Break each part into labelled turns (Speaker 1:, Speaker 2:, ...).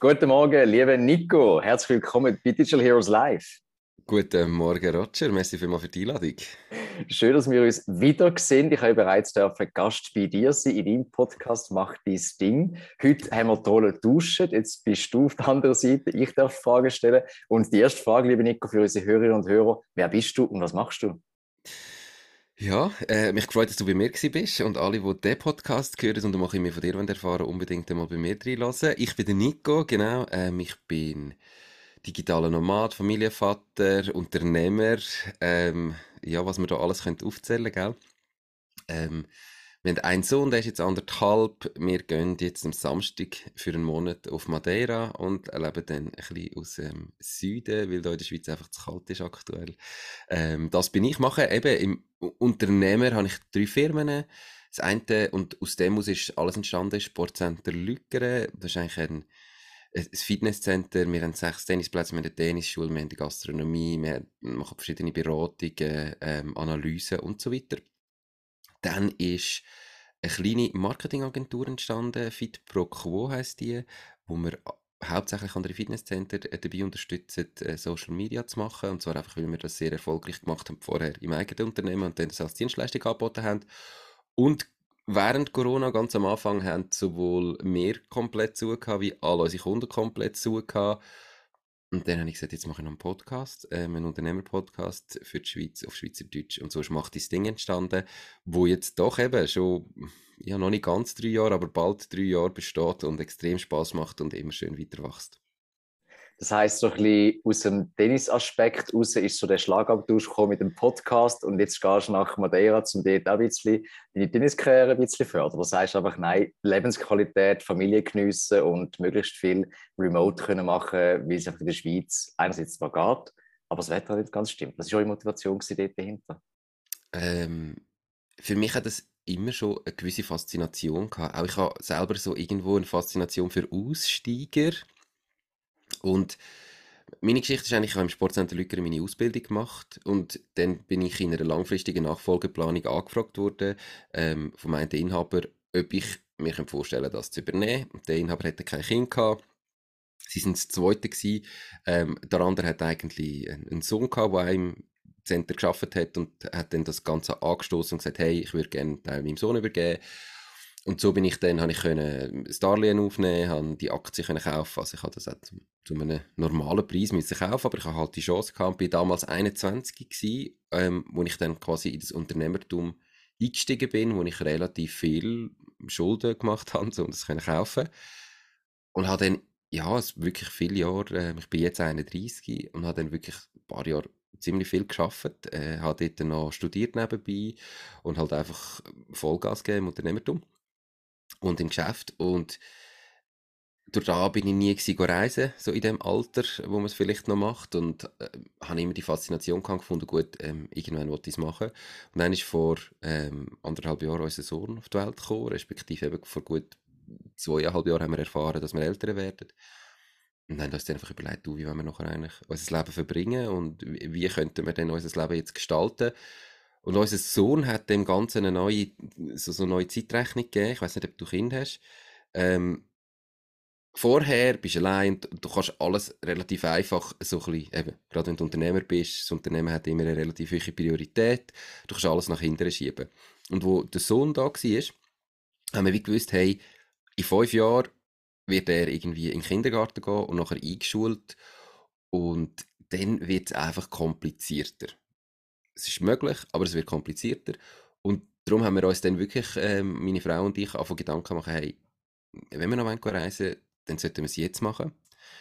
Speaker 1: Guten Morgen, lieber Nico. Herzlich willkommen bei Digital Heroes Live.
Speaker 2: Guten Morgen, Roger. Merci vielmals für die Einladung.
Speaker 1: Schön, dass wir uns wieder sehen. Ich habe bereits Gast bei dir sein in deinem Podcast «Mach dein Ding». Heute haben wir toll getauscht. Jetzt bist du auf der anderen Seite. Ich darf Fragen stellen. Und die erste Frage, lieber Nico, für unsere Hörerinnen und Hörer: Wer bist du und was machst du?
Speaker 2: Ja, mich gefreut, dass du bei mir gewesen bist und alle, die diesen Podcast hören und auch immer von dir erfahren, unbedingt einmal bei mir reinhören. Ich bin der Nico, genau. Ich bin digitaler Nomad, Familienvater, Unternehmer. Ja, was man da alles könnte aufzählen, gell? Ähm, Wir haben einen Sohn, der ist jetzt 1,5. Wir gehen jetzt am Samstag für einen Monat auf Madeira und leben dann ein bisschen aus dem Süden, weil da in der Schweiz einfach zu kalt ist aktuell. Das bin ich. Mache eben im Unternehmer habe ich 3 Firmen. Das eine, und aus dem aus ist alles entstanden, ist Sportcenter Lüggere. Das ist eigentlich ein Fitnesscenter. Wir haben 6 Tennisplätze, wir haben eine Tennisschule, wir haben die Gastronomie, wir machen verschiedene Beratungen, Analysen und so weiter. Dann ist eine kleine Marketingagentur entstanden, Fit Pro Quo heisst die, wo wir hauptsächlich andere Fitnesscenter dabei unterstützen, Social Media zu machen. Und zwar einfach, weil wir das sehr erfolgreich gemacht haben vorher im eigenen Unternehmen und dann das als Dienstleistung angeboten haben. Und während Corona, ganz am Anfang, haben sowohl wir komplett zu gehabt, wie alle unsere Kunden komplett zu gehabt. Und dann habe ich gesagt, jetzt mache ich noch einen Podcast, einen Unternehmer-Podcast für die Schweiz auf Schweizerdeutsch. Und so ist «Mach dein Ding» entstanden, wo jetzt doch eben schon, ja, noch nicht ganz 3 Jahre, aber bald 3 Jahre besteht und extrem Spaß macht und immer schön weiter wächst.
Speaker 1: Das heisst, so ein bisschen aus dem Tennisaspekt raus ist so der Schlagabtausch gekommen mit dem Podcast und jetzt gehst du nach Madeira, um dort auch ein bisschen deine Tenniskarriere ein bisschen fördern. Das heißt einfach, nein, Lebensqualität, Familie geniessen und möglichst viel remote können machen, weil es einfach in der Schweiz einerseits zwar geht, aber das Wetter nicht ganz stimmt. Das war eure Motivation dort dahinter.
Speaker 2: Ähm, für mich hat es immer schon eine gewisse Faszination gehabt. Auch ich habe selber so irgendwo eine Faszination für Aussteiger. Und meine Geschichte ist eigentlich, ich habe im Sportcenter Lügger meine Ausbildung gemacht und dann bin ich in einer langfristigen Nachfolgeplanung angefragt worden vom einen Inhaber, ob ich mir vorstellen kann, das zu übernehmen. Und der Inhaber hatte kein Kind gehabt. Sie sind das Zweite gewesen. Der andere hat eigentlich einen Sohn gehabt, der im Center geschafft hat und hat dann das Ganze angestoßen und gesagt, hey, ich würde gerne einen Teil meinem Sohn übergeben. Und so bin ich dann, habe ich können das Darlehen aufnehmen, habe die Aktie können kaufen, also ich habe das auch zu einem normalen Preis müssen kaufen, aber ich habe halt die Chance gehabt, bin damals 21 gewesen, wo ich dann quasi in das Unternehmertum eingestiegen bin, wo ich relativ viel Schulden gemacht habe, um das können kaufen und habe dann, ja, es wirklich viele Jahre, ich bin jetzt 31 und habe dann wirklich ein paar Jahre ziemlich viel geschafft, habe dort noch studiert nebenbei und halt einfach Vollgas gegeben im Unternehmertum und im Geschäft. Und durch da bin ich nie gewesen, reisen, so in dem Alter, wo man es vielleicht noch macht. Und habe immer die Faszination gehabt, gefunden, gut, irgendwann wollte ich es machen. Und dann ist vor 1,5 Jahren unser Sohn auf die Welt gekommen, respektive eben vor gut 2,5 Jahren haben wir erfahren, dass wir Eltern werden. Und dann haben wir uns dann einfach überlegt, du, wie wollen wir nachher eigentlich unser Leben verbringen und wie könnten wir denn unser Leben jetzt gestalten. Und unser Sohn hat dem Ganzen eine neue, so eine neue Zeitrechnung gegeben. Ich weiß nicht, ob du Kinder hast. Ähm, Vorher bist du allein, du kannst alles relativ einfach, so ein bisschen, eben, gerade wenn du Unternehmer bist, das Unternehmen hat immer eine relativ hohe Priorität, du kannst alles nach hinten schieben. Und wo der Sohn da war, haben wir wie gewusst, hey, in 5 Jahren wird er irgendwie in den Kindergarten gehen und nachher eingeschult und dann wird es einfach komplizierter. Es ist möglich, aber es wird komplizierter und darum haben wir uns dann wirklich, meine Frau und ich, angefangen Gedanken machen, hey, wenn wir noch reisen wollen, dann sollten wir es jetzt machen.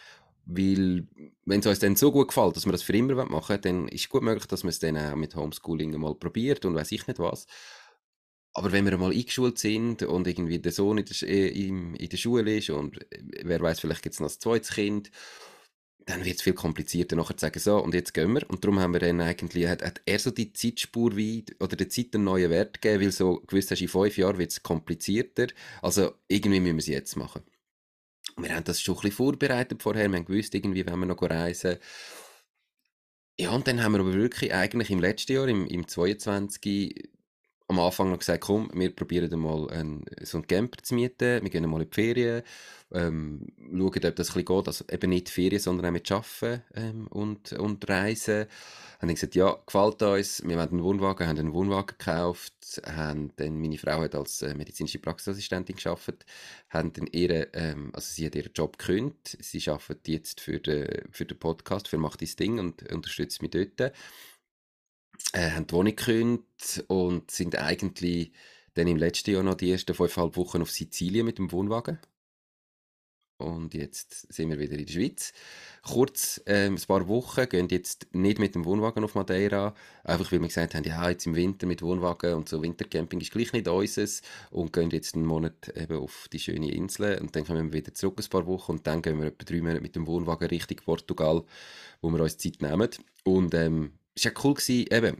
Speaker 2: Weil, wenn es uns dann so gut gefällt, dass wir das für immer machen wollen, dann ist es gut möglich, dass man es dann auch mit Homeschooling mal probiert und weiß ich nicht was. Aber wenn wir mal eingeschult sind und irgendwie der Sohn in der Schule ist und wer weiß, vielleicht gibt es noch ein zweites Kind, dann wird es viel komplizierter nachher zu sagen, so, und jetzt gehen wir. Und darum haben wir dann eigentlich, hat er so die Zeitspur wie, oder der Zeit einen neuen Wert gegeben, weil so gewusst hast, in 5 Jahren wird es komplizierter. Also irgendwie müssen wir es jetzt machen. Wir haben das schon ein bisschen vorbereitet vorher, wir haben gewusst, irgendwie wollen wir noch reisen. Ja, und dann haben wir aber wirklich eigentlich im letzten Jahr, im 22, am Anfang noch gesagt, komm, wir probieren mal so einen Camper zu mieten, wir gehen mal in die Ferien, schauen, ob das ein bisschen geht, also eben nicht Ferien, sondern auch mit Arbeiten und Reisen. Haben dann gesagt, ja, gefällt uns, wir wollen einen Wohnwagen, haben einen Wohnwagen gekauft, haben dann, meine Frau hat als medizinische Praxisassistentin gearbeitet, haben dann also sie hat ihren Job gekündigt, sie arbeitet jetzt für den Podcast, für «Mach dein Ding» und unterstützt mich dort, haben die Wohnung gekündigt und sind eigentlich dann im letzten Jahr noch die ersten 5,5 Wochen auf Sizilien mit dem Wohnwagen. Und jetzt sind wir wieder in der Schweiz. Kurz, ein paar Wochen gehen jetzt nicht mit dem Wohnwagen auf Madeira, einfach weil wir gesagt haben, ja, jetzt im Winter mit Wohnwagen und so Wintercamping ist gleich nicht unseres und gehen jetzt einen Monat eben auf die schöne Insel und dann kommen wir wieder zurück ein paar Wochen und dann gehen wir etwa 3 Monate mit dem Wohnwagen Richtung Portugal, wo wir uns Zeit nehmen. Und es war ja cool gewesen, eben,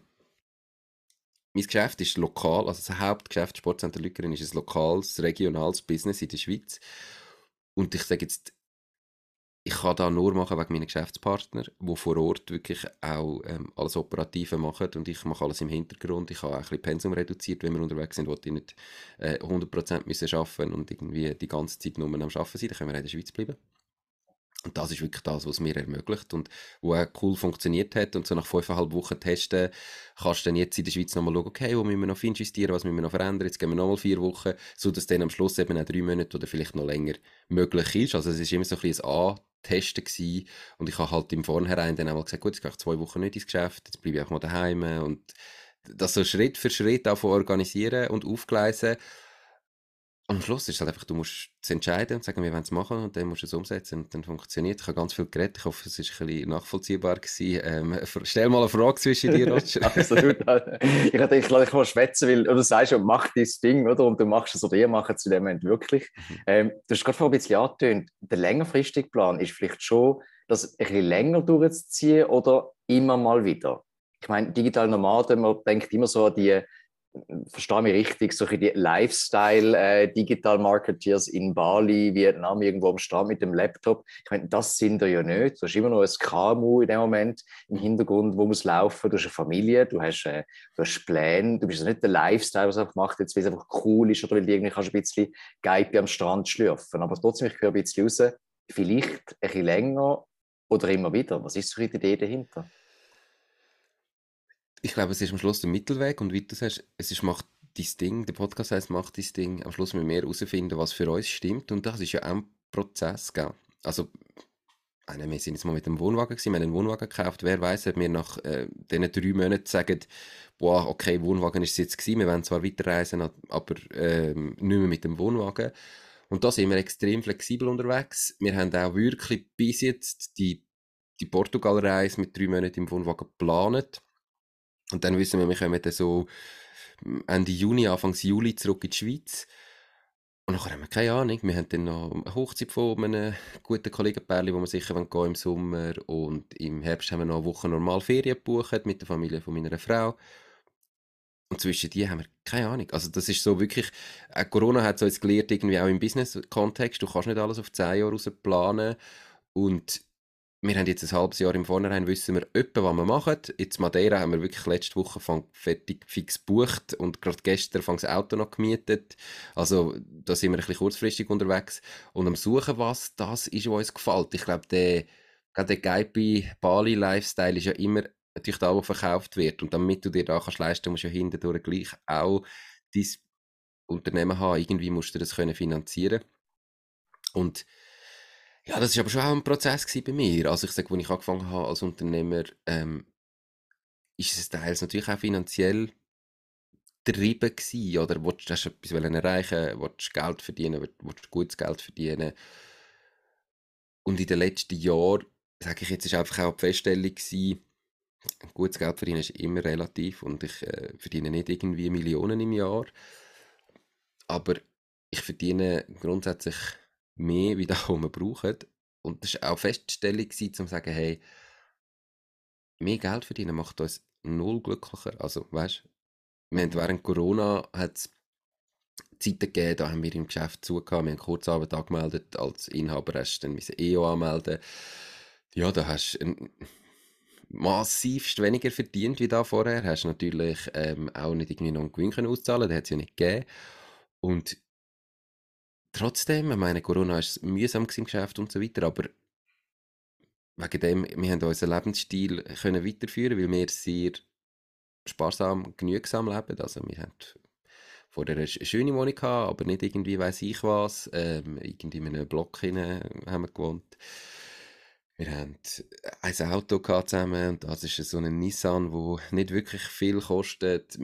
Speaker 2: mein Geschäft ist lokal, also das Hauptgeschäft Sportcenter Lückeren ist ein lokales, regionales Business in der Schweiz. Und ich sage jetzt, ich kann da nur machen wegen meinen Geschäftspartner, die vor Ort wirklich auch alles Operative machen und ich mache alles im Hintergrund. Ich habe auch ein bisschen Pensum reduziert, wenn wir unterwegs sind, wo ich nicht 100% müssen arbeiten und irgendwie die ganze Zeit nur am Arbeiten sein, dann können wir auch in der Schweiz bleiben. Und das ist wirklich das, was es mir ermöglicht und wo auch cool funktioniert hat. Und so nach 5,5 Wochen testen, kannst du dann jetzt in der Schweiz nochmal schauen, okay, wo müssen wir noch justieren, was müssen wir noch verändern, jetzt gehen wir nochmal 4 Wochen, sodass dann am Schluss eben auch 3 Monate oder vielleicht noch länger möglich ist. Also es ist immer so ein bisschen ein Antesten gewesen. Und ich habe halt im Vornherein dann einmal gesagt, gut, jetzt gehe ich 2 Wochen nicht ins Geschäft, jetzt bleibe ich auch mal daheim und das so Schritt für Schritt auch organisieren und aufgleisen. Am Schluss ist es halt einfach, du musst es entscheiden und sagen, wir wollen es machen und dann musst du es umsetzen und dann funktioniert. Ich habe ganz viel geredet, ich hoffe, es war ein bisschen nachvollziehbar gewesen. Stell mal eine Frage zwischen dir, Roger.
Speaker 1: Absolut. Ich hatte ich lasse dich mal schwätzen, weil du sagst ja, mach dein Ding, oder? Und du machst es oder ihr macht es in dem Moment wirklich.
Speaker 2: Mhm.
Speaker 1: Du hast gerade vorhin ein bisschen angetönt, der längerfristige Plan ist vielleicht schon, das ein bisschen länger durchzuziehen oder immer mal wieder. Ich meine, digital Nomaden, man denkt immer so an die, verstehe mich richtig, solche die Lifestyle Digital Marketeers in Bali, Vietnam, irgendwo am Strand mit dem Laptop. Ich meine, das sind ja nicht. Du hast immer noch ein KMU in dem Moment im
Speaker 2: Mhm.
Speaker 1: Hintergrund, wo muss laufen. Du hast eine Familie, du hast Pläne. Du bist ja nicht der Lifestyle, was einfach macht, jetzt, weil es einfach cool ist oder weil du irgendwie kannst ein bisschen Geipe am Strand schlürfen. Aber trotzdem, ich höre ein bisschen raus, vielleicht ein bisschen länger oder immer wieder. Was ist so die Idee dahinter?
Speaker 2: Ich glaube, es ist am Schluss der Mittelweg und wie du sagst, es ist «Mach dein Ding», der Podcast heißt «Mach dein Ding». Am Schluss müssen wir herausfinden, was für uns stimmt und das ist ja auch ein Prozess, gell? Also, wir sind jetzt mal mit dem Wohnwagen gewesen, wir haben einen Wohnwagen gekauft. Wer weiß, ob wir nach diesen 3 Monaten sagen, boah, okay, Wohnwagen ist es jetzt gewesen, wir wollen zwar weiterreisen, aber nicht mehr mit dem Wohnwagen. Und da sind wir extrem flexibel unterwegs. Wir haben auch wirklich bis jetzt die Portugal-Reise mit 3 Monaten im Wohnwagen geplant. Und dann wissen wir kommen dann so Ende Juni, Anfang Juli zurück in die Schweiz. Und nachher haben wir keine Ahnung. Wir haben dann noch eine Hochzeit von einem guten Kollegenpärchen, wo wir sicher gehen wollen im Sommer. Und im Herbst haben wir noch eine Woche normal Ferien gebucht mit der Familie von meiner Frau. Und zwischen die haben wir keine Ahnung. Also das ist so wirklich, Corona hat so jetzt gelehrt, irgendwie auch im Business-Kontext, du kannst nicht alles auf 10 Jahre raus planen. Und wir haben jetzt ein halbes Jahr im Vornherein, wissen wir etwa, was wir machen. Jetzt Madeira haben wir wirklich letzte Woche fertig fix gebucht und gerade gestern das Auto noch gemietet. Also da sind wir ein bisschen kurzfristig unterwegs. Und am Suchen was, das ist, was uns gefällt. Ich glaube, gerade der Geipi Bali Lifestyle ist ja immer natürlich da, wo verkauft wird. Und damit du dir da kannst leisten, musst du ja hintendurch gleich auch dein Unternehmen haben. Irgendwie musst du das können finanzieren. Und ja, das ist aber schon auch ein Prozess gewesen bei mir. Also ich sage, als ich angefangen habe als Unternehmer, ist es teils natürlich auch finanziell getrieben gewesen, oder hast du etwas wollen erreichen, willst Geld verdienen, willst gutes Geld verdienen. Und in den letzten Jahren, sage ich jetzt, ist einfach auch die Feststellung gewesen, gutes Geld verdienen ist immer relativ und ich verdiene nicht irgendwie Millionen im Jahr, aber ich verdiene grundsätzlich mehr, wie das, was wir brauchen. Und das war auch Feststellung, um zu sagen, hey, mehr Geld verdienen macht uns null glücklicher. Also, weißt, wir haben
Speaker 1: Mhm.
Speaker 2: während Corona hat's Zeiten gegeben, da haben wir im Geschäft zugehört, wir haben Kurzarbeit angemeldet, als Inhaber hast du dann müssen EO anmelden. Ja, da hast du massivst weniger verdient wie da vorher. Hast natürlich auch nicht irgendwie noch einen Gewinn können auszahlen, den hat es ja nicht gegeben. Und trotzdem, ich meine, Corona war mühsam im Geschäft und so weiter, aber wegen dem, wir haben unseren Lebensstil können weiterführen, weil wir sehr sparsam, genügsam leben. Also wir haben vorher eine schöne Wohnung gehabt, aber nicht irgendwie weiss ich was. Irgendwie in einem Block hinein haben wir gewohnt. Wir haben ein Auto gehabt zusammen und das ist so ein Nissan, wo nicht wirklich viel kostet.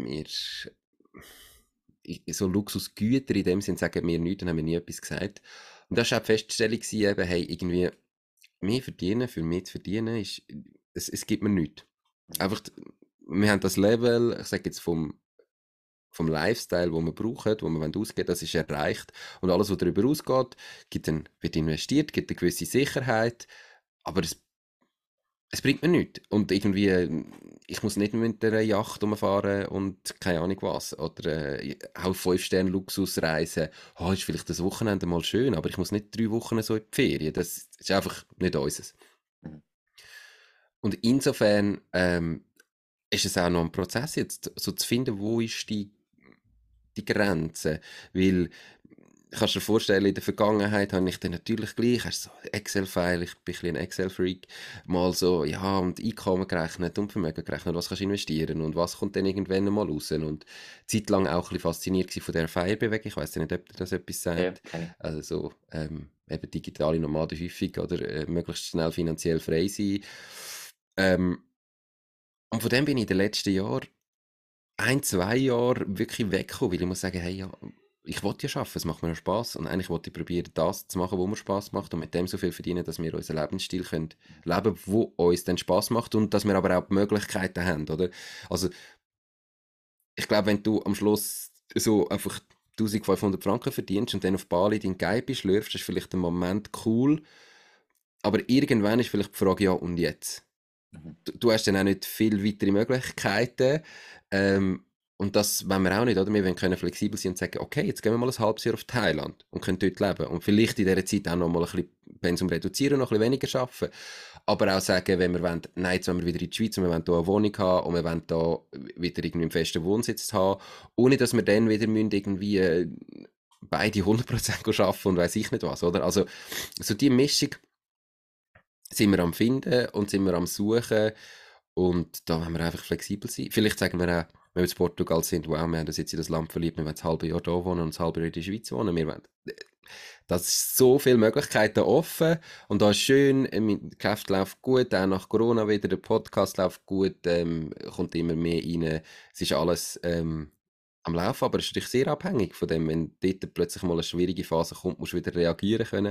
Speaker 2: So Luxusgüter in dem Sinn sagen wir nichts, dann haben wir nie etwas gesagt. Und das war auch die Feststellung, gewesen, eben, hey, irgendwie mehr verdienen, für mehr zu verdienen, es gibt mir nichts. Einfach, wir haben das Level, ich sage jetzt vom Lifestyle, wo wir brauchen, wo wir ausgeben wollen, das ist erreicht. Und alles, was darüber ausgeht, wird investiert, gibt eine gewisse Sicherheit, aber es bringt mir nichts. Und irgendwie, ich muss nicht mit einer Yacht rumfahren und keine Ahnung was. Oder auch 5-Sterne-Luxusreisen. Oh, ist vielleicht das Wochenende mal schön, aber ich muss nicht 3 Wochen so in die Ferien. Das ist einfach nicht unseres.
Speaker 1: Mhm.
Speaker 2: Und insofern ist es auch noch ein Prozess jetzt, so zu finden, wo ist die Grenze. Weil, kannst du dir vorstellen, in der Vergangenheit habe ich dann natürlich gleich, hast so Excel-File, ich bin ein bisschen ein Excel-Freak, mal so, ja, und Einkommen gerechnet und Vermögen gerechnet, was kannst du investieren und was kommt dann irgendwann mal raus. Und zeitlang auch ein bisschen fasziniert gewesen von der FIRE-Bewegung, ich weiß nicht, ob dir das etwas
Speaker 1: Ja,
Speaker 2: sagt.
Speaker 1: kenne ich.
Speaker 2: Also so, eben digitale Nomaden häufig oder möglichst schnell finanziell frei sein. Ähm, und von dem bin ich in den letzten Jahren 1, 2 Jahre wirklich weggekommen, weil ich muss sagen, hey, ja, ich wollte ja arbeiten, es macht mir Spass und eigentlich wollte ich probieren, das zu machen, was mir Spass macht und mit dem so viel verdienen, dass wir unseren Lebensstil können leben, wo uns dann Spass macht und dass wir aber auch die Möglichkeiten haben, oder? Also ich glaube, wenn du am Schluss so einfach 1500 Franken verdienst und dann auf Bali dein Geibe schlürfst, ist vielleicht der Moment cool, aber irgendwann ist vielleicht die Frage, ja und jetzt?
Speaker 1: Mhm.
Speaker 2: Du hast dann auch nicht viel weitere Möglichkeiten. Ähm, und das wollen wir auch nicht, oder? Wir wollen können flexibel sein und sagen, okay, jetzt gehen wir mal ein halbes Jahr auf Thailand und können dort leben. Und vielleicht in dieser Zeit auch noch mal ein bisschen Pensum reduzieren, noch ein bisschen weniger arbeiten. Aber auch sagen, wenn wir wollen, nein, jetzt wollen wir wieder in die Schweiz und wir wollen hier eine Wohnung haben und wir wollen hier wieder irgendwie einen festen Wohnsitz haben, ohne dass wir dann wieder müssen irgendwie beide 100% arbeiten und weiss ich nicht was, oder? Also, so die Mischung sind wir am Finden und sind wir am Suchen und da wollen wir einfach flexibel sein. Vielleicht sagen wir auch, wenn wir in Portugal sind, wow, wir haben uns jetzt in das Land verliebt, wir wollen ein halbes Jahr hier wohnen und ein halbes Jahr in der Schweiz wohnen. Wir wollen, das ist so viele Möglichkeiten offen und da ist schön, mein Geschäft läuft gut, auch nach Corona wieder, der Podcast läuft gut, kommt immer mehr rein, es ist alles am Laufen, aber es ist natürlich sehr abhängig von dem, wenn dort plötzlich mal eine schwierige Phase kommt, musst du wieder reagieren können.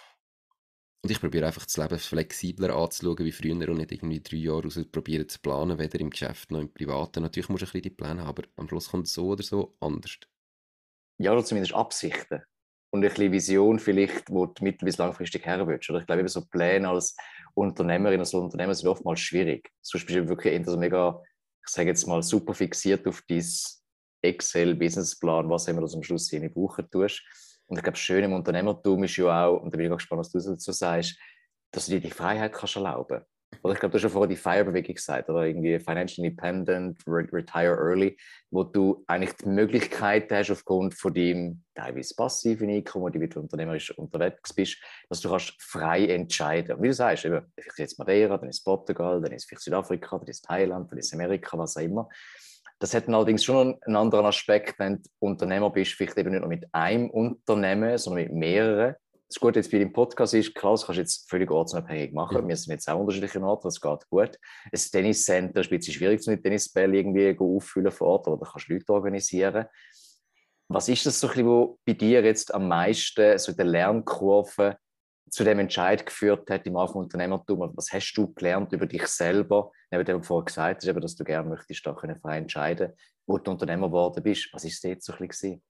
Speaker 2: Und ich probiere einfach das Leben flexibler anzuschauen wie früher und nicht irgendwie 3 Jahre raus probieren zu planen, weder im Geschäft noch im Privaten. Natürlich musst du ein bisschen die Pläne haben, aber am Schluss kommt es so oder so anders.
Speaker 1: Ja, oder zumindest Absichten. Und ein bisschen Vision vielleicht, wo du mittel- bis langfristig her willst. Oder ich glaube, eben so Pläne als Unternehmerin, als Unternehmer sind oftmals schwierig. Sonst bist du wirklich eher so mega, ich sage jetzt mal, super fixiert auf dein Excel-Businessplan, was immer du am Schluss hier nicht brauchen tust. Und ich glaube, schön im Unternehmertum ist ja auch, und da bin ich auch gespannt, was du dazu sagst, dass du dir die Freiheit kannst erlauben. Oder ich glaube, du hast ja vorher die FIRE-Bewegung gesagt, oder irgendwie Financial Independent, Retire Early, wo du eigentlich die Möglichkeit hast, aufgrund von deinem teilweise passiven Einkommen, die du unternehmerisch unterwegs bist, dass du kannst frei entscheiden. Und wie du sagst, eben, vielleicht jetzt Madeira, dann ist Portugal, dann ist vielleicht Südafrika, dann ist Thailand, dann ist Amerika, was auch immer. Das hat allerdings schon einen anderen Aspekt, wenn du Unternehmer bist, vielleicht eben nicht nur mit einem Unternehmen, sondern mit mehreren. Das Gute jetzt bei dem Podcast ist, klar, das kannst du jetzt völlig ortsunabhängig machen. Wir sind jetzt auch unterschiedliche Orte, das geht gut. Ein Tenniscenter ist ein bisschen schwierig, mit Tennisbällen irgendwie auffüllen vor Ort, aber da kannst du Leute organisieren. Was ist das so ein bisschen, was bei dir jetzt am meisten so in der Lernkurve zu dem Entscheid geführt hat im Anfang Unternehmertum? Was hast du gelernt über dich selber? Neben dem, was du vorher gesagt hast, dass du gerne möchtest, da frei entscheiden, wo du Unternehmer geworden bist. Was ist das jetzt so ein bisschen?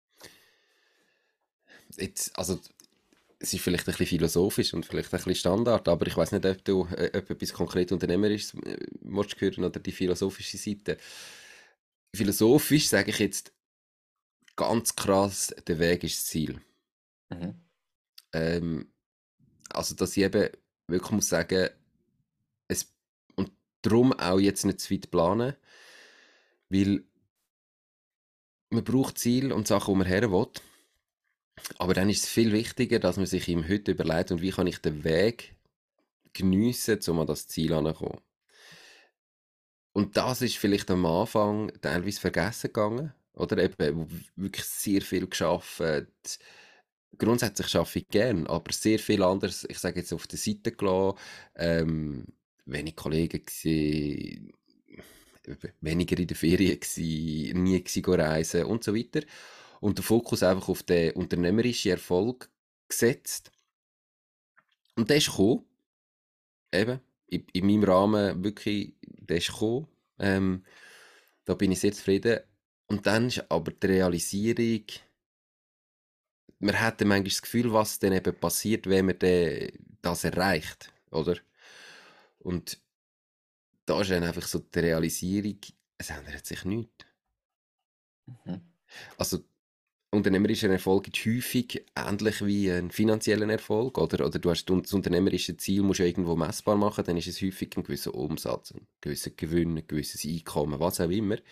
Speaker 2: Jetzt, also, es ist vielleicht ein bisschen philosophisch und vielleicht ein bisschen Standard, aber ich weiß nicht, ob du ob etwas konkret Unternehmerisches willst hören oder die philosophische Seite. Philosophisch sage ich jetzt ganz krass, der Weg ist das Ziel.
Speaker 1: Mhm.
Speaker 2: Ähm, also, dass ich eben wirklich muss sagen, es, und darum auch jetzt nicht zu weit planen, weil man braucht Ziele und Sachen, wo man her will. Aber dann ist es viel wichtiger, dass man sich im Heute überlegt, und wie kann ich den Weg geniessen, um an das Ziel anzukommen. Und das ist vielleicht am Anfang teilweise vergessen gegangen. Oder eben wirklich sehr viel gearbeitet. Grundsätzlich arbeite ich gern, aber sehr viel anderes, ich sage jetzt auf der Seite gelassen, wenig Kollegen gewesen, weniger in der Ferien gewesen, nie gewesen reisen und so weiter. Und der Fokus einfach auf den unternehmerischen Erfolg gesetzt. Und der ist gekommen, eben, in meinem Rahmen wirklich, der ist gekommen. Da bin ich sehr zufrieden. Und dann ist aber die Realisierung, man hat dann manchmal das Gefühl, was dann eben passiert, wenn man dann das erreicht, oder? Und da ist dann einfach so die Realisierung, es ändert sich nichts.
Speaker 1: Mhm.
Speaker 2: Also, unternehmerischer Erfolg ist häufig ähnlich wie ein finanzieller Erfolg, oder du hast das unternehmerische Ziel, musst du irgendwo messbar machen, dann ist es häufig ein gewisser Umsatz, ein gewisser Gewinn, ein gewisses Einkommen, was auch immer.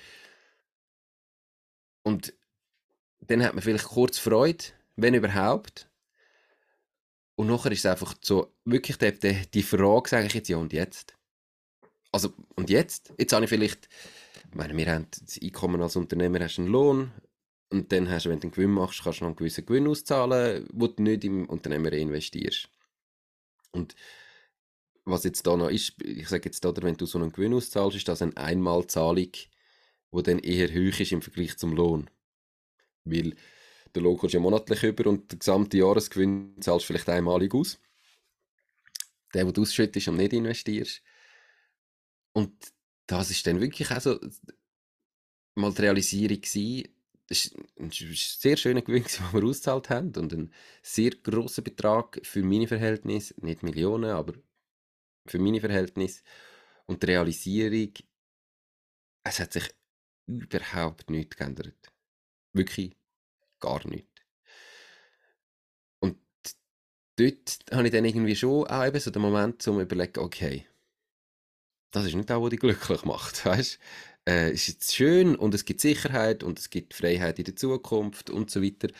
Speaker 2: Und dann hat man vielleicht kurz Freude, wenn überhaupt. Und nachher ist es einfach so, wirklich die Frage, sage ich jetzt, ja und jetzt? Also, und jetzt? Jetzt habe ich vielleicht, ich meine, wir haben das Einkommen als Unternehmer, hast einen Lohn, und dann hast du, wenn du einen Gewinn machst, kannst du noch einen gewissen Gewinn auszahlen, wo du nicht im Unternehmer investierst. Und was jetzt da noch ist, ich sage jetzt, oder, wenn du so einen Gewinn auszahlst, ist das eine Einmalzahlung, die dann eher hoch ist im Vergleich zum Lohn. Weil der Lohn kommst du ja monatlich über und der gesamte Jahresgewinn zahlst du vielleicht einmalig aus. Der, den du ausschüttest und nicht investierst. Und das ist dann wirklich auch so mal die Realisierung gewesen. Das war ein sehr schöner Gewinn, den wir ausgezahlt haben, und ein sehr grosser Betrag für meine Verhältnisse, nicht Millionen, aber für meine Verhältnisse. Und die Realisierung, es hat sich überhaupt nichts geändert. Wirklich gar nichts. Und dort habe ich dann irgendwie schon auch eben so den Moment zum überlegen, okay, das ist nicht das, was dich glücklich macht, weißt? Ist jetzt schön und es gibt Sicherheit und es gibt Freiheit in der Zukunft und so weiter.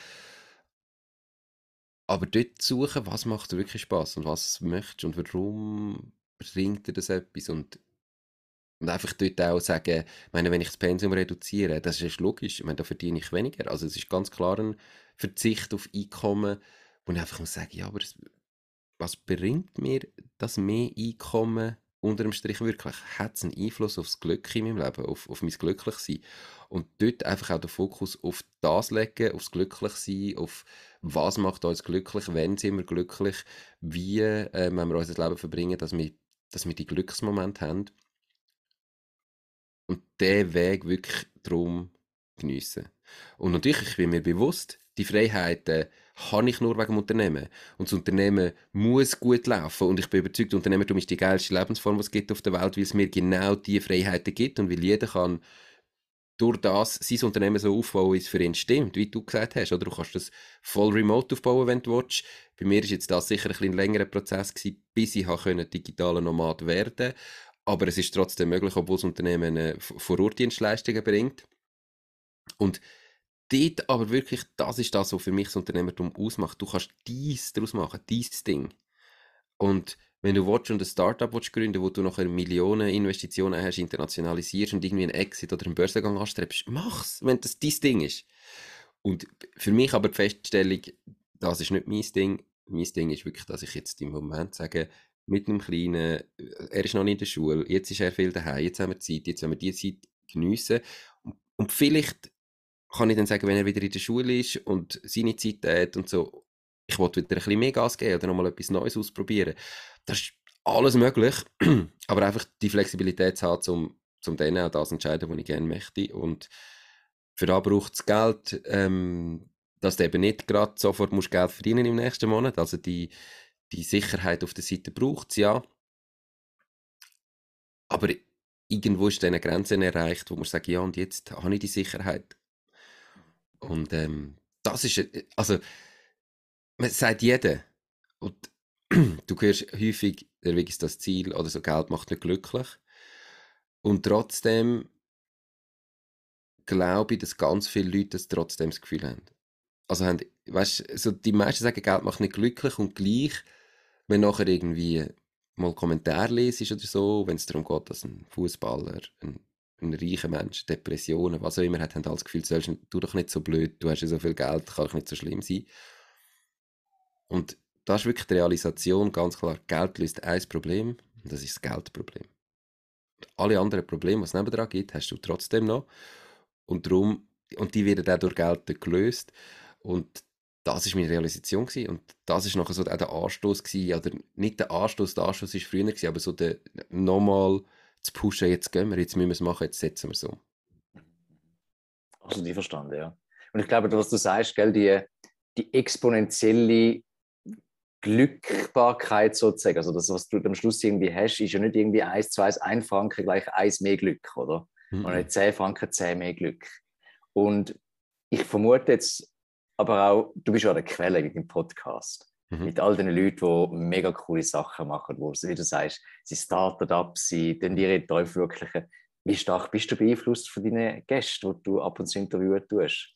Speaker 2: Aber dort zu suchen, was macht dir wirklich Spaß und was möchtest und warum bringt dir das etwas, und einfach dort auch sagen, ich meine, wenn ich das Pensum reduziere, das ist logisch, ich meine, da verdiene ich weniger. Also es ist ganz klar ein Verzicht auf Einkommen, wo ich einfach muss sagen, ja, aber was bringt mir das mehr Einkommen unter dem Strich wirklich? Hat es einen Einfluss aufs Glück in meinem Leben, auf mein Glücklichsein? Und dort einfach auch den Fokus auf das legen, aufs Glücklichsein, auf was macht uns glücklich, wenn sind wir glücklich, wie wenn wir unser Leben verbringen, dass wir die Glücksmomente haben. Und diesen Weg wirklich darum geniessen. Und natürlich, ich bin mir bewusst, die Freiheiten habe ich nur wegen dem Unternehmen. Und das Unternehmen muss gut laufen. Und ich bin überzeugt, Unternehmertum ist die geilste Lebensform, die es gibt auf der Welt, weil es mir genau diese Freiheiten gibt und weil jeder kann durch das sein Unternehmen so aufbauen, wie es für ihn stimmt, wie du gesagt hast. Oder du kannst das voll remote aufbauen, wenn du willst. Bei mir ist jetzt das sicher ein bisschen längerer Prozess gewesen, bis ich digitaler Nomad werden konnte. Aber es ist trotzdem möglich, obwohl das Unternehmen Vor-Ort-Dienstleistungen bringt. Und dort aber wirklich, das ist das, was für mich das Unternehmertum ausmacht. Du kannst dies daraus machen, dies Ding. Und wenn du willst und ein Startup willst gründen, wo du nachher Millionen Investitionen hast, internationalisierst und irgendwie einen Exit oder einen Börsengang anstrebst, mach's, wenn das dein Ding ist. Und für mich aber die Feststellung, das ist nicht mein Ding. Mein Ding ist wirklich, dass ich jetzt im Moment sage, mit einem Kleinen, er ist noch nicht in der Schule, jetzt ist er viel daheim, jetzt haben wir Zeit, jetzt wollen wir die Zeit geniessen. Und vielleicht kann ich dann sagen, wenn er wieder in der Schule ist und seine Zeit hat und so, ich wollte wieder ein bisschen mehr Gas geben oder nochmal etwas Neues ausprobieren. Das ist alles möglich, aber einfach die Flexibilität zu haben, um dann auch das zu entscheiden, was ich gerne möchte. Und für das braucht es Geld, dass du eben nicht gerade sofort musst Geld verdienen im nächsten Monat. Also die Sicherheit auf der Seite braucht es, ja. Aber irgendwo ist dann eine Grenze erreicht, wo man sagt, ja, und jetzt habe ich die Sicherheit. Und das ist, also, man sagt jeder, und du hörst häufig, der Weg ist das Ziel oder so, Geld macht nicht glücklich. Und trotzdem glaube ich, dass ganz viele Leute das trotzdem das Gefühl haben. Also weißt, so die meisten sagen, Geld macht nicht glücklich und gleich, wenn nachher irgendwie mal Kommentare lesest oder so, wenn es darum geht, dass ein Fußballer, ein reicher Mensch, Depressionen, was auch immer hat, haben alle das Gefühl, du doch nicht so blöd, du hast ja so viel Geld, kann doch nicht so schlimm sein. Und das ist wirklich die Realisation, ganz klar, Geld löst ein Problem, und das ist das Geldproblem. Alle anderen Probleme, was es nebendran gibt, hast du trotzdem noch. Und darum, und die werden auch durch Geld gelöst. Und das ist meine Realisation gewesen. Und das ist nachher so auch der Anstoß gewesen, oder nicht der Anstoß ist früher gewesen, aber so der nochmal zu pushen, jetzt gehen wir, jetzt müssen wir es machen, jetzt setzen wir es um.
Speaker 1: Also die verstanden, ja. Und ich glaube, was du sagst, gell, die exponentielle Glückbarkeit sozusagen, also das, was du am Schluss irgendwie hast, ist ja nicht irgendwie 1 zu 1, 1 Franken gleich 1 mehr Glück, oder? Und nicht 10 Franken, 10 mehr Glück. Und ich vermute jetzt aber auch, du bist ja an der Quelle mit dem Podcast. Mit all den Leuten, die mega coole Sachen machen, wo du, wie du sagst, sie starten ab, sie dann ihre Träume verwirklichen. Wie stark bist du beeinflusst von deinen Gästen, die du ab und zu interviewen tust?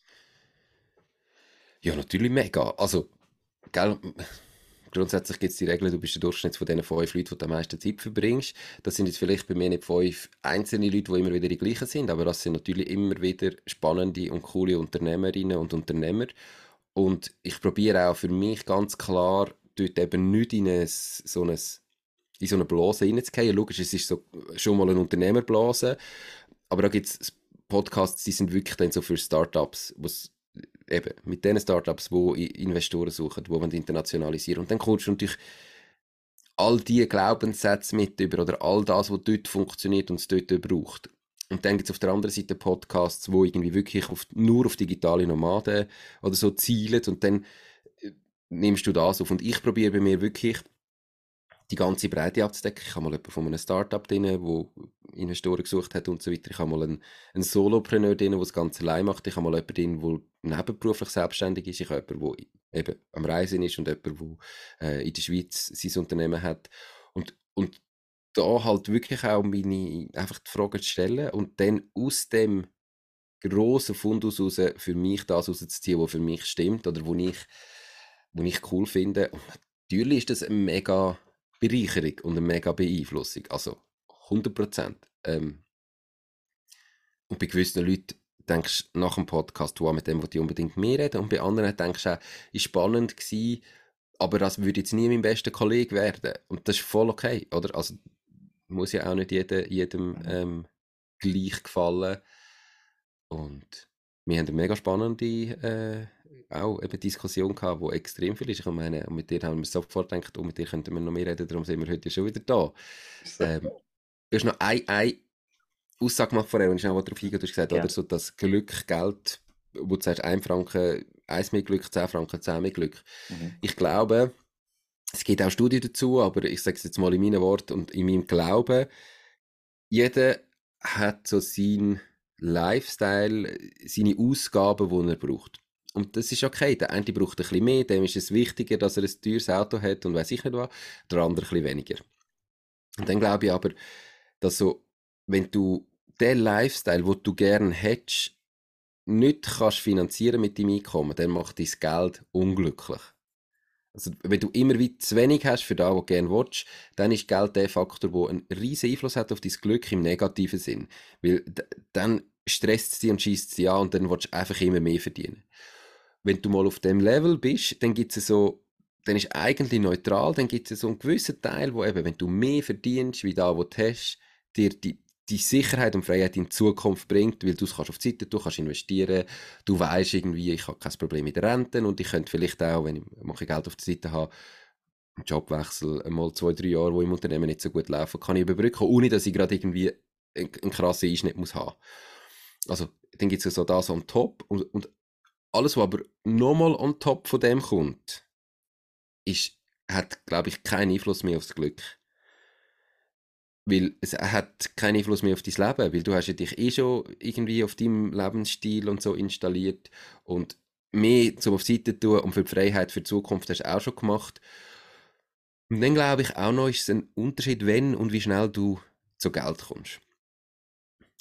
Speaker 2: Ja, natürlich mega. Also, gell, grundsätzlich gibt es die Regel, du bist der Durchschnitt von diesen 5 Leuten, die du am meisten Zeit verbringst. Das sind jetzt vielleicht bei mir nicht 5 einzelne Leute, die immer wieder die gleichen sind, aber das sind natürlich immer wieder spannende und coole Unternehmerinnen und Unternehmer. Und ich probiere auch für mich ganz klar, dort eben nicht in so eine Blase reinzugehen. Logisch, es ist so schon mal eine Unternehmerblase, aber da gibt es Podcasts, die sind wirklich dann so für Startups, eben mit den Startups, die Investoren suchen, die internationalisieren wollen. Und dann kommst du natürlich all diese Glaubenssätze mit über oder all das, was dort funktioniert und es dort braucht. Und dann gibt es auf der anderen Seite Podcasts, die irgendwie wirklich nur auf digitale Nomaden oder so zielen und dann nimmst du das auf. Und ich probiere bei mir wirklich die ganze Breite abzudecken. Ich habe mal jemanden von einem Startup drin, wo Investoren gesucht hat und so weiter. Ich habe mal einen Solopreneur drin, der das Ganze allein macht. Ich habe mal jemanden drin, der nebenberuflich selbstständig ist. Ich habe jemanden, der eben am Reisen ist und jemanden, der in der Schweiz sein Unternehmen hat. Und da halt wirklich auch einfach die Fragen zu stellen und dann aus dem grossen Fundus raus für mich das rauszuziehen, was für mich stimmt oder wo ich cool finde. Und natürlich ist das eine mega Bereicherung und eine mega Beeinflussung. Also 100%. Und bei gewissen Leuten denkst du nach dem Podcast, wow, mit dem wollte ich unbedingt mehr reden. Und bei anderen denkst du auch, ist spannend gewesen, aber das würde jetzt nie mein bester Kollege werden. Und das ist voll okay, oder? Also muss ja auch nicht jedem gleich gefallen. Und wir haben eine mega spannende auch eben Diskussion gehabt, die extrem viel ist. Ich meine, und mit dir haben wir sofort gedacht, mit dir könnten wir noch mehr reden, darum sind wir heute schon wieder da. Du hast noch eine Aussage gemacht vorher, und ich auch darauf eingehe, du hast gesagt, oder so das Glück, Geld, wo du sagst, 1 Franken, 1 mehr Glück, 10 Franken, 10 mehr Glück. Ich glaube, es gibt auch Studien dazu, aber ich sage es jetzt mal in meinen Worten und in meinem Glauben, jeder hat so sein Lifestyle, seine Ausgaben, die er braucht. Und das ist okay. Der eine braucht ein bisschen mehr, dem ist es wichtiger, dass er ein teures Auto hat und weiss ich nicht was, der andere ein bisschen weniger. Und dann glaube ich aber, dass so, wenn du den Lifestyle, den du gerne hättest, nicht kannst finanzieren mit deinem Einkommen, dann macht dein Geld unglücklich. Also, wenn du immer wie zu wenig hast für das, was du gerne willst, dann ist Geld der Faktor, der einen riesen Einfluss hat auf dein Glück im negativen Sinn. Weil dann stresst es dich und schießt es dich an und dann willst du einfach immer mehr verdienen. Wenn du mal auf dem Level bist, dann gibt es so, dann ist eigentlich neutral, dann gibt es so einen gewissen Teil, wo eben, wenn du mehr verdienst, wie da, wo du hast, dir die Sicherheit und Freiheit in die Zukunft bringt, weil du es kannst auf die Seite, du kannst investieren, du weißt irgendwie, ich habe kein Problem mit der Rente und ich könnte vielleicht auch, wenn ich Geld auf der Seite habe, einen Jobwechsel, einmal 2, 3 Jahre, wo im Unternehmen nicht so gut laufen, kann ich überbrücken, ohne dass ich gerade irgendwie einen krassen Einschnitt muss haben. Also, dann gibt es so das on top und alles, was aber nochmal on top von dem kommt, hat, glaube ich, keinen Einfluss mehr aufs Glück. Weil es hat keinen Einfluss mehr auf dein Leben, weil du hast ja dich schon irgendwie auf deinem Lebensstil und so installiert und mehr zum auf die Seite tun und für die Freiheit für die Zukunft hast du auch schon gemacht. Und dann glaube ich auch noch, ist es ein Unterschied, wenn und wie schnell du zu Geld kommst.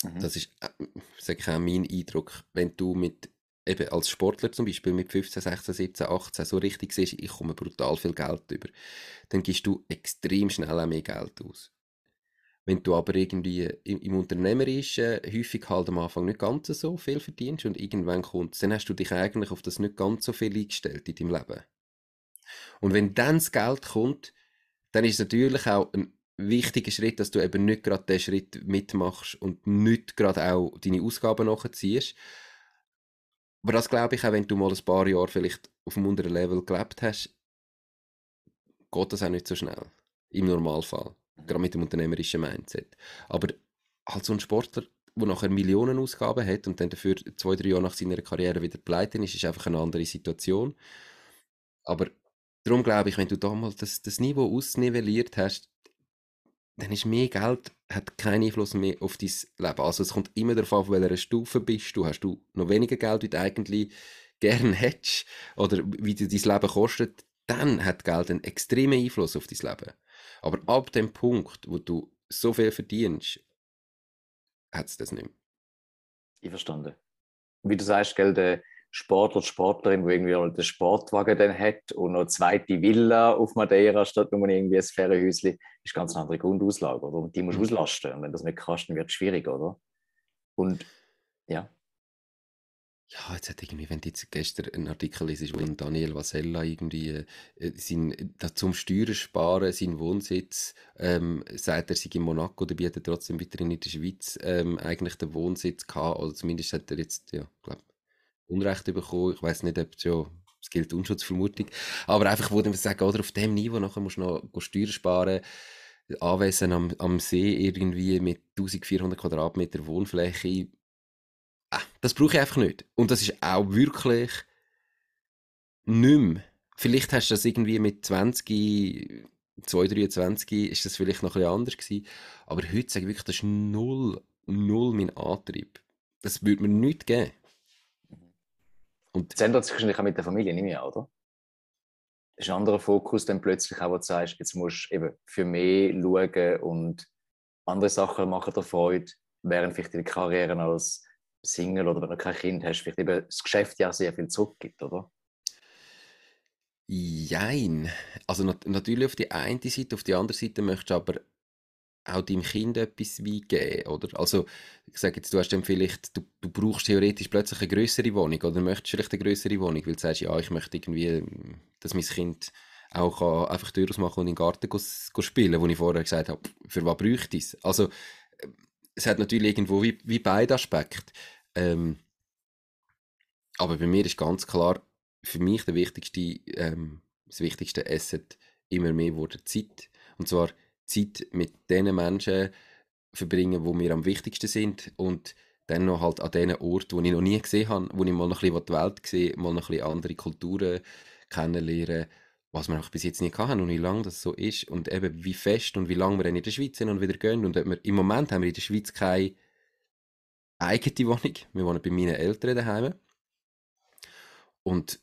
Speaker 1: Mhm.
Speaker 2: Das ist, sage ich auch, mein Eindruck. Wenn du eben als Sportler zum Beispiel mit 15, 16, 17, 18 so richtig siehst, ich komme brutal viel Geld über, dann gibst du extrem schnell auch mehr Geld aus. Wenn du aber irgendwie im Unternehmerischen häufig halt am Anfang nicht ganz so viel verdienst und irgendwann kommt, dann hast du dich eigentlich auf das nicht ganz so viel eingestellt in deinem Leben. Und wenn dann das Geld kommt, dann ist es natürlich auch ein wichtiger Schritt, dass du eben nicht gerade diesen Schritt mitmachst und nicht gerade auch deine Ausgaben nachziehst. Aber das glaube ich auch, wenn du mal ein paar Jahre vielleicht auf einem unteren Level gelebt hast, geht das auch nicht so schnell. Im Normalfall.
Speaker 1: Mhm.
Speaker 2: Gerade mit dem unternehmerischen Mindset. Aber halt so ein Sportler, der nachher Millionen Ausgaben hat und dann dafür 2, 3 Jahre nach seiner Karriere wieder pleite ist einfach eine andere Situation. Aber darum glaube ich, wenn du da mal das Niveau ausnivelliert hast, dann ist mehr Geld, hat keinen Einfluss mehr auf dein Leben. Also es kommt immer darauf an, auf welcher Stufe bist du. Hast du noch weniger Geld, wie du eigentlich gerne hättest, oder wie dir dein Leben kostet, dann hat Geld einen extremen Einfluss auf dein Leben. Aber ab dem Punkt, wo du so viel verdienst, hat es das nicht mehr.
Speaker 1: Einverstanden. Wie du sagst, gell, der Sportler, die Sportlerin, die irgendwie noch den Sportwagen dann hat und noch eine zweite Villa auf Madeira statt nur irgendwie ein Ferienhäuschen, ist ganz eine andere Grundauslage, oder? Und die musst du
Speaker 2: Mhm.
Speaker 1: auslasten. Und wenn das nicht kannst, dann wird es schwierig, oder? Und ja.
Speaker 2: Ja, jetzt hat irgendwie, wenn du jetzt gestern einen Artikel liest, wo Daniel Vasella irgendwie zum Steuern sparen, seinen Wohnsitz, sagt er, sei in Monaco, der bietet trotzdem weiterhin in der Schweiz eigentlich den Wohnsitz gehabt, oder zumindest hat er jetzt, ja, glaube Unrecht bekommen. Ich weiß nicht, ob es ja, es gilt Unschutzvermutung, aber einfach, wo dann sagen, oder auf dem Niveau, nachher musst du noch Steuern sparen, Anwesen am See irgendwie mit 1400 Quadratmeter Wohnfläche, das brauche ich einfach nicht. Und das ist auch wirklich nicht mehr. Vielleicht hast du das irgendwie mit 20, 23, ist das vielleicht noch ein bisschen anders gewesen. Aber heute sage ich wirklich, das ist null mein Antrieb. Das würde mir nichts geben. Und
Speaker 1: Das ändert sich wahrscheinlich auch mit der Familie nicht mehr, oder? Das ist ein anderer Fokus dann plötzlich auch, wo du sagst, jetzt musst du eben für mehr schauen und andere Sachen machen dir Freude, während vielleicht deine Karriere als Single oder wenn du kein Kind hast, vielleicht eben das Geschäft ja sehr viel zurückgibt, oder?
Speaker 2: jein. Also natürlich auf die eine Seite, auf die andere Seite möchtest du aber auch deinem Kind etwas wie geben, oder? Also, ich sage jetzt, du hast dann vielleicht, du brauchst theoretisch plötzlich eine größere Wohnung oder möchtest vielleicht eine größere Wohnung, weil du sagst, ja, ich möchte irgendwie, dass mein Kind auch einfach Türen machen und in den Garten spielen, wo ich vorher gesagt habe, für was bräuchte ich es? Also, es hat natürlich irgendwo wie beide Aspekte. Ähm, aber bei mir ist ganz klar, für mich das wichtigste Asset immer mehr wurde Zeit. Und zwar Zeit mit den Menschen verbringen, die mir am wichtigsten sind und dann noch halt an den Orten, wo ich noch nie gesehen habe, wo ich mal noch ein bisschen die Welt sehe, mal noch ein bisschen andere Kulturen kennenlernen, was wir einfach bis jetzt nie hatten und wie lange das so ist und eben wie fest und wie lange wir dann in der Schweiz sind und wieder gehen und ob wir, im Moment haben wir in der Schweiz keine eigene Wohnung, wir wohnen bei meinen Eltern daheim und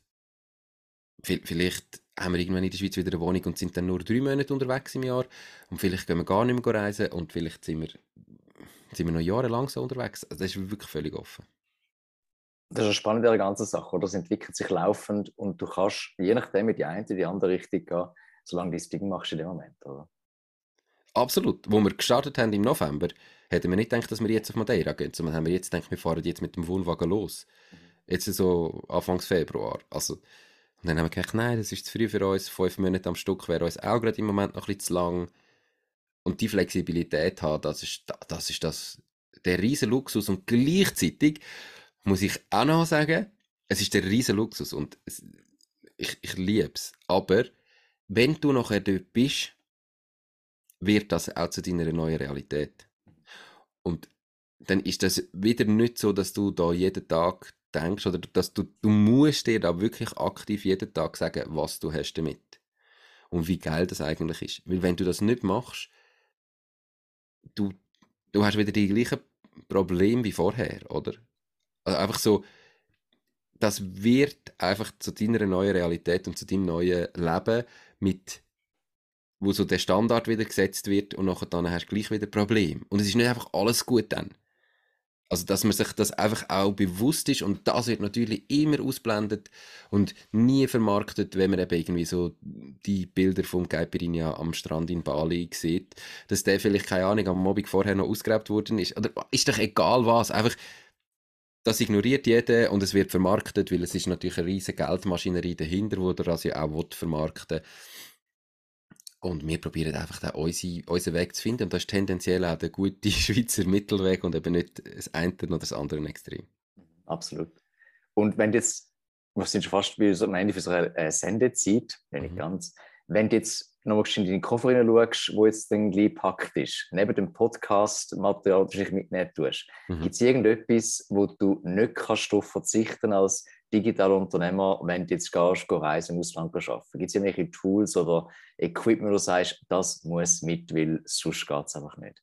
Speaker 2: vielleicht haben wir irgendwann in der Schweiz wieder eine Wohnung und sind dann nur 3 Monate unterwegs im Jahr und vielleicht gehen wir gar nicht mehr reisen und vielleicht sind wir noch jahrelang so unterwegs. Also das ist wirklich völlig offen.
Speaker 1: Das ist spannend an der ganzen Sache, oder? Das entwickelt sich laufend und du kannst je nachdem in die eine oder die andere Richtung gehen, solange du das Ding machst in dem Moment, oder?
Speaker 2: Absolut. Wo wir gestartet haben im November, hätten wir nicht gedacht, dass wir jetzt auf Madeira gehen, sondern haben wir jetzt gedacht, wir fahren jetzt mit dem Wohnwagen los.
Speaker 1: Mhm.
Speaker 2: Jetzt so Anfangs Februar. Also, und dann haben wir gedacht, nein, das ist zu früh für uns. 5 Monate am Stück wäre uns auch gerade im Moment noch ein bisschen zu lang. Und die Flexibilität haben, der riesen Luxus. Und gleichzeitig muss ich auch noch sagen, es ist der riesen Luxus und ich liebe es. Aber wenn du nachher dort bist, wird das auch zu deiner neuen Realität. Und dann ist das wieder nicht so, dass du da jeden Tag denkst oder dass du musst dir da wirklich aktiv jeden Tag sagen, was du hast damit und wie geil das eigentlich ist. Weil wenn du das nicht machst, du, du hast wieder die gleichen Probleme wie vorher, oder? Also einfach so, das wird einfach zu deiner neuen Realität und zu deinem neuen Leben mit wo so der Standard wieder gesetzt wird und nachher dann hast du gleich wieder Probleme. Und es ist nicht einfach alles gut dann. Also, dass man sich das einfach auch bewusst ist und das wird natürlich immer ausblendet und nie vermarktet, wenn man eben irgendwie so die Bilder vom Caipirinha am Strand in Bali sieht, dass der vielleicht, keine Ahnung, am Mobbing vorher noch ausgegrabt worden ist. Oder ist doch egal was, einfach das ignoriert jeder und es wird vermarktet, weil es ist natürlich eine riesige Geldmaschinerie dahinter, die das ja auch vermarkten will. Und wir probieren einfach da unseren Weg zu finden. Und das ist tendenziell auch der gute Schweizer Mittelweg und eben nicht das eine oder das andere Extrem.
Speaker 1: Absolut. Und wenn du jetzt, wir sind schon fast wie so am Ende für so eine Sendezeit, wenn nicht
Speaker 2: Mhm.
Speaker 1: ganz, wenn du jetzt nochmal in deinen Koffer schaust, wo jetzt dann gleich gepackt ist, neben dem Podcast-Material, das du mitnehmen tust,
Speaker 2: Mhm.
Speaker 1: gibt es irgendetwas, wo du nicht kannst darauf verzichten als digitaler Unternehmer, wenn du jetzt gehst, reisen, im Ausland arbeiten? Gibt es irgendwelche Tools oder Equipment, wo du sagst, das muss mit, weil sonst geht es einfach nicht?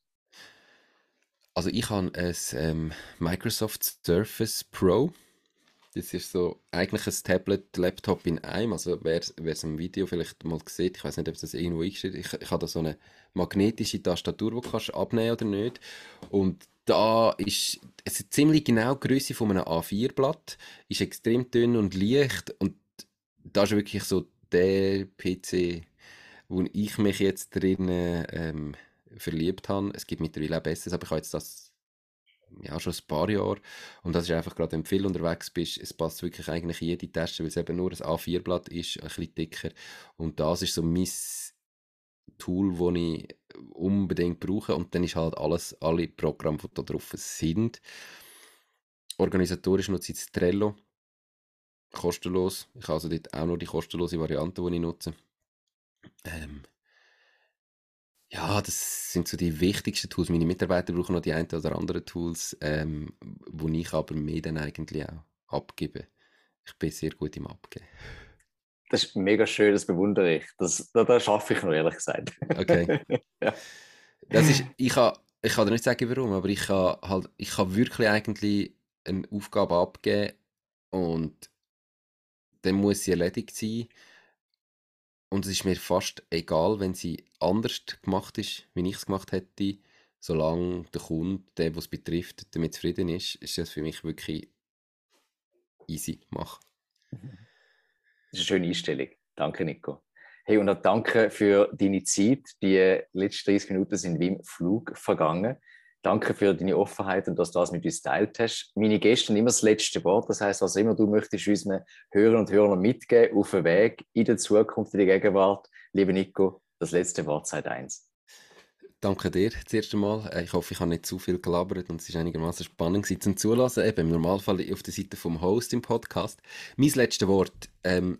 Speaker 2: Also ich habe ein Microsoft Surface Pro. Das ist so eigentlich ein Tablet, Laptop in einem. Also wer es im Video vielleicht mal sieht, ich weiß nicht, ob das irgendwo eingestellt ist. Ich habe da so eine magnetische Tastatur, die kannst du abnehmen oder nicht. Und da ist es ist ziemlich genau die Größe von einem A4-Blatt, ist extrem dünn und leicht und da ist wirklich so der PC, wo ich mich jetzt drin verliebt habe. Es gibt mittlerweile auch Besseres, aber ich habe jetzt das ja, schon ein paar Jahre. Und das ist einfach gerade, wenn du viel unterwegs bist, es passt wirklich eigentlich in jede Tasche, weil es eben nur ein A4-Blatt ist, ein bisschen dicker. Und das ist so mein Tool, das ich unbedingt brauche. Und dann ist halt alle Programme, die da drauf sind. Organisatorisch nutze ich jetzt Trello, kostenlos. Ich habe also dort auch nur die kostenlose Variante, die ich nutze. Ähm, ja, das sind so die wichtigsten Tools. Meine Mitarbeiter brauchen noch die ein oder anderen Tools, wo ich aber mehr dann eigentlich auch abgebe. Ich bin sehr gut im Abgeben.
Speaker 1: Das ist mega schön, das bewundere ich. Das schaffe ich noch, ehrlich gesagt.
Speaker 2: Okay.
Speaker 1: Ja.
Speaker 2: Das ist, ich kann dir nicht sagen, warum, aber ich kann wirklich eigentlich eine Aufgabe abgeben und dann muss sie erledigt sein. Und es ist mir fast egal, wenn sie anders gemacht ist, wie ich es gemacht hätte. Solange der Kunde, der, was es betrifft, damit zufrieden ist das für mich wirklich easy machen.
Speaker 1: Das ist eine schöne Einstellung. Danke, Nico. Hey, und auch danke für deine Zeit. Die letzten 30 Minuten sind wie im Flug vergangen. Danke für deine Offenheit und dass du das mit uns geteilt hast. Meine Gäste haben immer das letzte Wort. Das heißt, was immer du möchtest unseren Hörern und Hörern mitgeben auf den Weg in der Zukunft, in der Gegenwart. Lieber Nico, das letzte Wort seit eins.
Speaker 2: Danke dir das erste Mal. Ich hoffe, ich habe nicht zu viel gelabert und es ist einigermaßen spannend gewesen zum Zulassen. Eben, im Normalfall auf der Seite vom Host im Podcast. Mein letztes Wort. Dein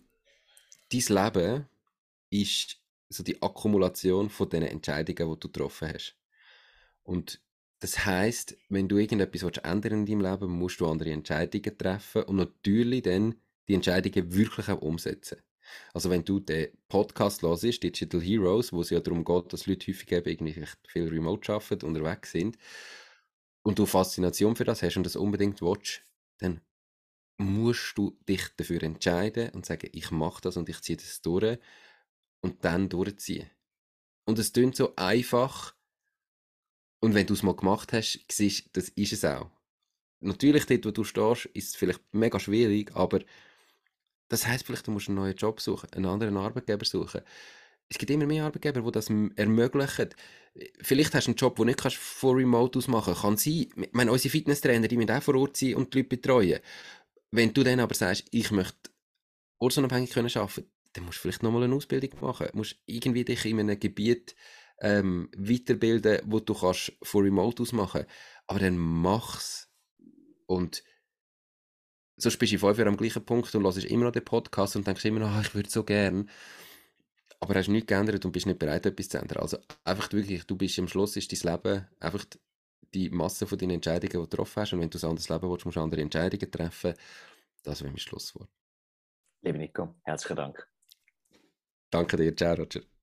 Speaker 2: Leben ist so die Akkumulation von den Entscheidungen, die du getroffen hast. Und das heisst, wenn du irgendetwas ändern in deinem Leben, musst du andere Entscheidungen treffen und natürlich dann die Entscheidungen wirklich auch umsetzen. Also wenn du den Podcast hörst, Digital Heroes, wo es ja darum geht, dass Leute häufig eben irgendwie viel remote arbeiten, unterwegs sind und du Faszination für das hast und das unbedingt willst, dann musst du dich dafür entscheiden und sagen, ich mache das und ich ziehe das durch und dann durchziehen. Und es klingt so einfach und wenn du es mal gemacht hast, siehst, das ist es auch. Natürlich, dort, wo du stehst, ist es vielleicht mega schwierig, aber das heisst vielleicht, du musst einen neuen Job suchen, einen anderen Arbeitgeber suchen. Es gibt immer mehr Arbeitgeber, die das ermöglichen. Vielleicht hast du einen Job, den du nicht von Remote aus machen kannst. Kann sein. Ich meine, unsere Fitnesstrainer, die müssen auch vor Ort sein und die Leute betreuen. Wenn du dann aber sagst, ich möchte ortsunabhängig arbeiten können, dann musst du vielleicht nochmal eine Ausbildung machen. Du musst irgendwie dich in einem Gebiet weiterbilden, wo du kannst von Remote aus machen. Aber dann mach's. Und sonst bist du in 5 Jahren am gleichen Punkt und hörst immer noch den Podcast und denkst immer noch, ich würde so gern. Aber hast nichts geändert und bist nicht bereit, etwas zu ändern. Also einfach wirklich, du bist am Schluss, ist dein Leben einfach die Masse von deinen Entscheidungen, die du getroffen hast. Und wenn du ein anderes Leben willst, musst du andere Entscheidungen treffen. Das wäre mein Schlusswort.
Speaker 1: Lieber Nico, herzlichen Dank.
Speaker 2: Danke dir, ciao Roger.